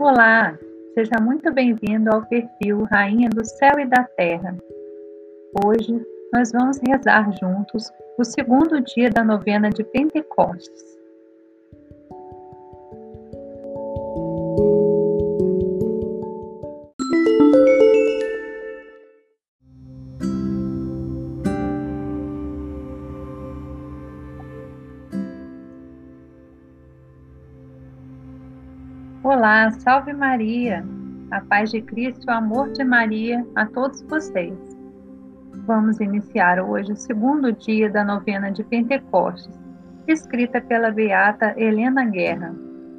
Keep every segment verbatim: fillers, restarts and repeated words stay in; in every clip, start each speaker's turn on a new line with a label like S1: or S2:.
S1: Olá, seja muito bem-vindo ao perfil Rainha do Céu e da Terra. Hoje nós vamos rezar juntos o segundo dia da novena de Pentecostes. Olá, salve Maria, a paz de Cristo e o amor de Maria a todos vocês. Vamos iniciar hoje o segundo dia da novena de Pentecostes, escrita pela beata Helena Guerra.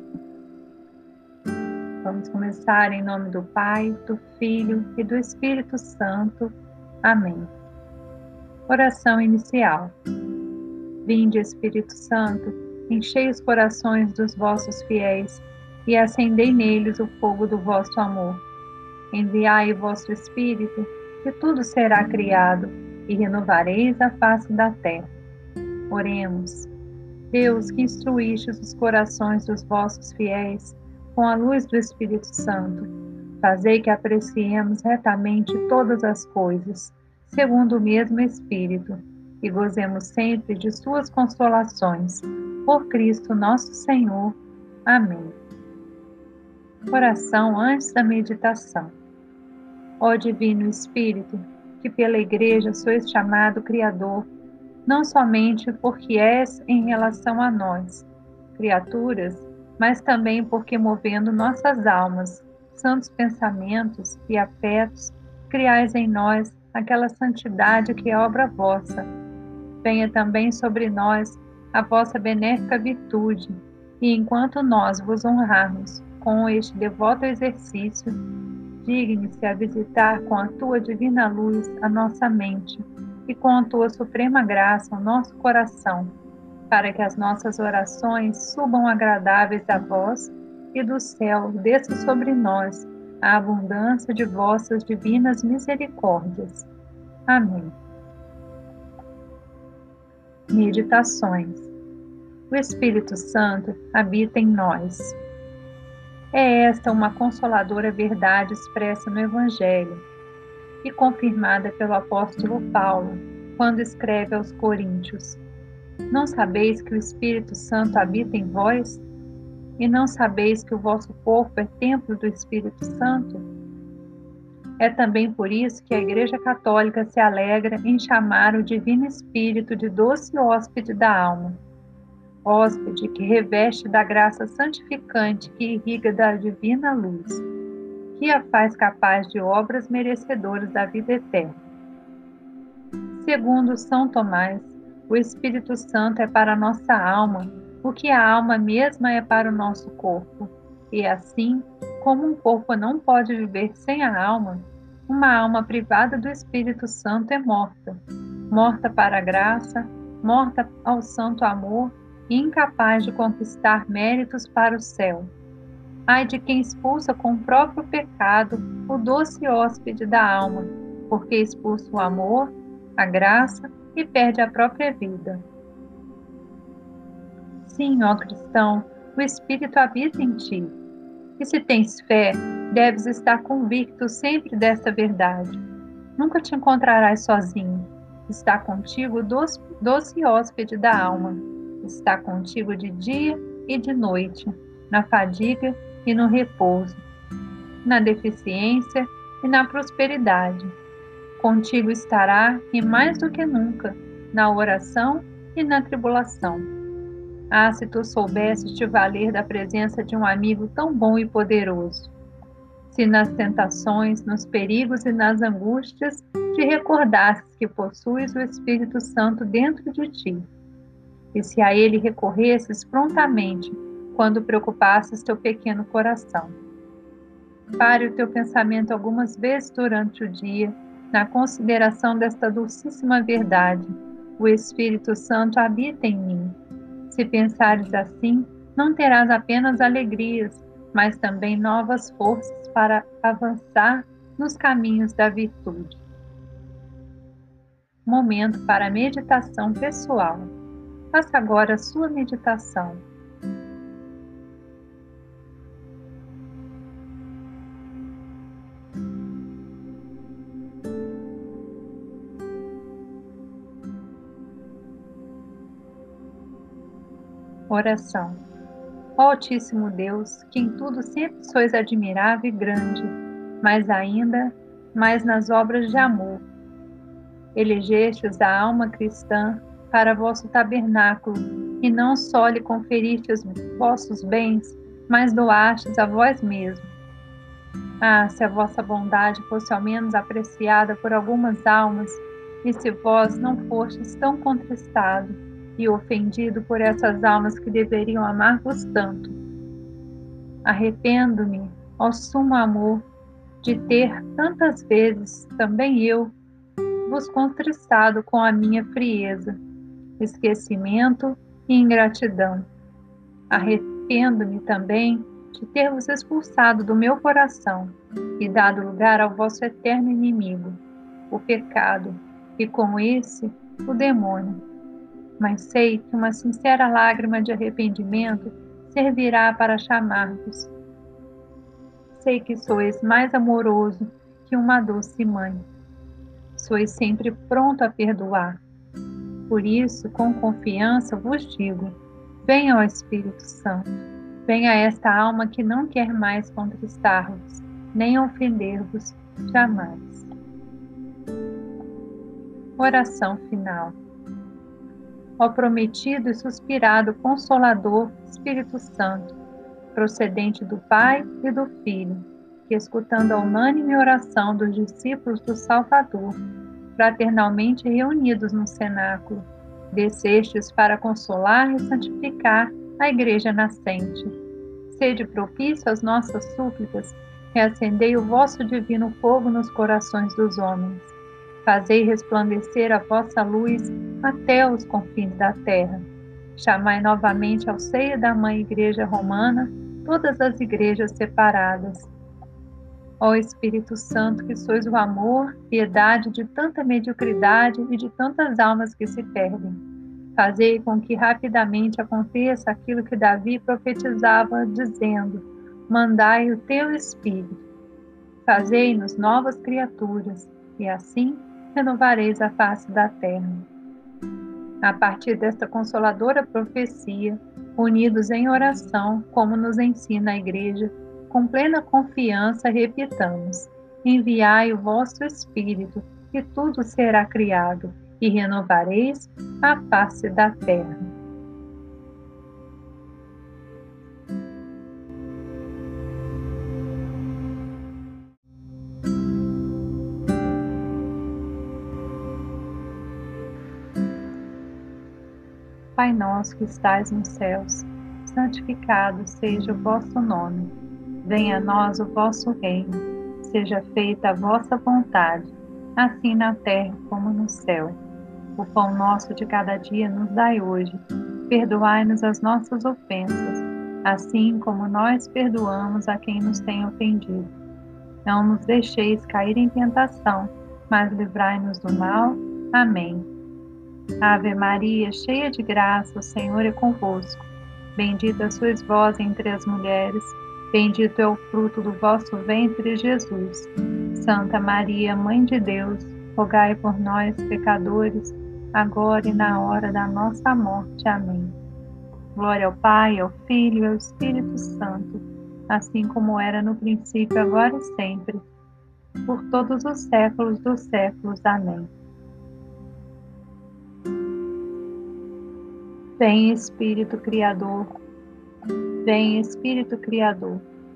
S1: Vamos começar em nome do Pai, do Filho e do Espírito Santo. Amém. Oração inicial. Vinde, Espírito Santo, enchei os corações dos vossos fiéis e acendei neles o fogo do vosso amor. Enviai o vosso Espírito, e tudo será criado, e renovareis a face da terra. Oremos. Deus, que instruístes os corações dos vossos fiéis com a luz do Espírito Santo, fazei que apreciemos retamente todas as coisas, segundo o mesmo Espírito, e gozemos sempre de suas consolações. Por Cristo nosso Senhor. Amém. Oração antes da meditação. Ó Divino Espírito, que pela Igreja sois chamado Criador, não somente porque és em relação a nós, criaturas, mas também porque movendo nossas almas, santos pensamentos e afetos, criais em nós aquela santidade que é obra vossa. Venha também sobre nós a vossa benéfica virtude, e enquanto nós vos honrarmos com este devoto exercício, digne-se a visitar com a tua divina luz a nossa mente e com a tua suprema graça o nosso coração, para que as nossas orações subam agradáveis a vós e do céu desça sobre nós a abundância de vossas divinas misericórdias. Amém. Meditações. O Espírito Santo habita em nós. É esta uma consoladora verdade expressa no Evangelho e confirmada pelo apóstolo Paulo, quando escreve aos Coríntios: Não sabeis que o Espírito Santo habita em vós? E não sabeis que o vosso corpo é templo do Espírito Santo? É também por isso que a Igreja Católica se alegra em chamar o Divino Espírito de doce hóspede da alma. Hóspede que reveste da graça santificante que irriga da divina luz, que a faz capaz de obras merecedoras da vida eterna. Segundo São Tomás, o Espírito Santo é para a nossa alma o que a alma mesma é para o nosso corpo, e assim, como um corpo não pode viver sem a alma, uma alma privada do Espírito Santo é morta, morta para a graça, morta ao santo amor, e incapaz de conquistar méritos para o céu. Ai de quem expulsa com o próprio pecado o doce hóspede da alma, porque expulsa o amor, a graça e perde a própria vida. Sim, ó cristão, o Espírito habita em ti. E se tens fé, deves estar convicto sempre desta verdade. Nunca te encontrarás sozinho. Está contigo o doce, doce hóspede da alma. Está contigo de dia e de noite, na fadiga e no repouso, na deficiência e na prosperidade. Contigo estará, e mais do que nunca, na oração e na tribulação. Ah, se tu soubesses te valer da presença de um amigo tão bom e poderoso! Se nas tentações, nos perigos e nas angústias te recordasses que possuis o Espírito Santo dentro de ti, e se a ele recorresses prontamente quando preocupasses teu pequeno coração. Pare o teu pensamento algumas vezes durante o dia na consideração desta dulcíssima verdade: o Espírito Santo habita em mim. Se pensares assim, não terás apenas alegrias, mas também novas forças para avançar nos caminhos da virtude. Momento para meditação pessoal. Faça agora a sua meditação. Oração. Ó Altíssimo Deus, que em tudo sempre sois admirável e grande, mas ainda mais nas obras de amor, elegestes a alma cristã para vosso tabernáculo, e não só lhe conferistes vossos bens, mas doastes a vós mesmo. Ah, se a vossa bondade fosse ao menos apreciada por algumas almas, e se vós não fostes tão contristado e ofendido por essas almas que deveriam amar-vos tanto. Arrependo-me, ó sumo amor, de ter tantas vezes também eu vos contristado com a minha frieza, esquecimento e ingratidão. Arrependo-me também de ter vos expulsado do meu coração e dado lugar ao vosso eterno inimigo, o pecado, e com esse, o demônio. Mas sei que uma sincera lágrima de arrependimento servirá para chamar-vos. Sei que sois mais amoroso que uma doce mãe. Sois sempre pronto a perdoar. Por isso, com confiança vos digo, venha ao Espírito Santo, venha esta alma que não quer mais contristar-vos, nem ofender-vos jamais. Oração final. Ó prometido e suspirado Consolador Espírito Santo, procedente do Pai e do Filho, que, escutando a unânime oração dos discípulos do Salvador, fraternalmente reunidos no cenáculo, descestes para consolar e santificar a Igreja nascente. Sede propício às nossas súplicas, reacendei o vosso divino fogo nos corações dos homens. Fazei resplandecer a vossa luz até os confins da terra. Chamai novamente ao seio da Mãe Igreja Romana todas as igrejas separadas. Ó Espírito Santo, que sois o amor, piedade de tanta mediocridade e de tantas almas que se perdem, fazei com que rapidamente aconteça aquilo que Davi profetizava, dizendo: mandai o teu Espírito. Fazei-nos novas criaturas, e assim renovareis a face da terra. A partir desta consoladora profecia, unidos em oração, como nos ensina a Igreja, com plena confiança repitamos: enviai o vosso Espírito, e tudo será criado, e renovareis a face da terra. Pai nosso que estais nos céus, santificado seja o vosso nome. Venha a nós o vosso reino. Seja feita a vossa vontade, assim na terra como no céu. O pão nosso de cada dia nos dai hoje. Perdoai-nos as nossas ofensas, assim como nós perdoamos a quem nos tem ofendido. Não nos deixeis cair em tentação, mas livrai-nos do mal. Amém. Ave Maria, cheia de graça, o Senhor é convosco. Bendita sois vós entre as mulheres, bendito é o fruto do vosso ventre, Jesus. Santa Maria, Mãe de Deus, rogai por nós, pecadores, agora e na hora da nossa morte. Amém. Glória ao Pai, ao Filho e ao Espírito Santo, assim como era no princípio, agora e sempre, por todos os séculos dos séculos. Amém. Vem Espírito Criador, vem Espírito Criador.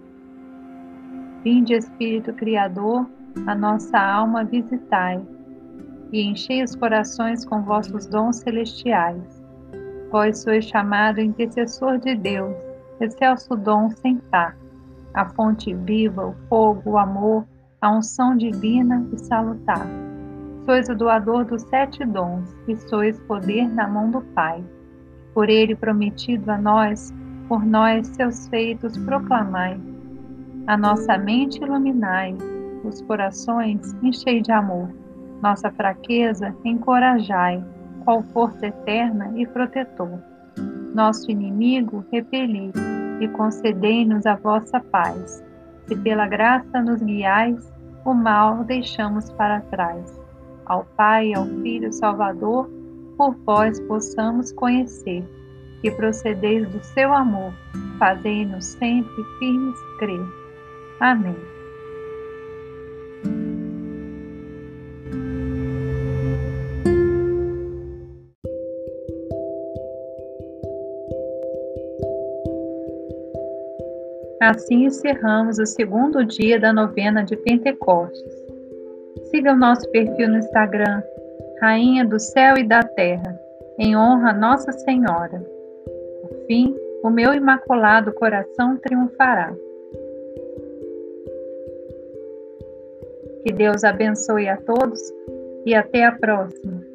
S1: Vinde Espírito Criador, a nossa alma visitai, e enchei os corações com vossos dons celestiais. Vós sois chamado intercessor de Deus, excelso dom sem par, a fonte viva, o fogo, o amor, a unção divina e salutar. Sois o doador dos sete dons, e sois poder na mão do Pai. Por ele prometido a nós, por nós seus feitos proclamai. A nossa mente iluminai, os corações enchei de amor. Nossa fraqueza encorajai, qual força eterna e protetor. Nosso inimigo repeli, e concedei-nos a vossa paz. Se pela graça nos guiais, o mal deixamos para trás. Ao Pai e ao Filho Salvador, por vós possamos conhecer, que procedeis do seu amor, fazei-nos sempre firmes crer. Amém. Assim encerramos o segundo dia da novena de Pentecostes. Siga o nosso perfil no Instagram, Rainha do Céu e da Terra, em honra a Nossa Senhora. Por fim, o meu imaculado coração triunfará. Que Deus abençoe a todos e até a próxima.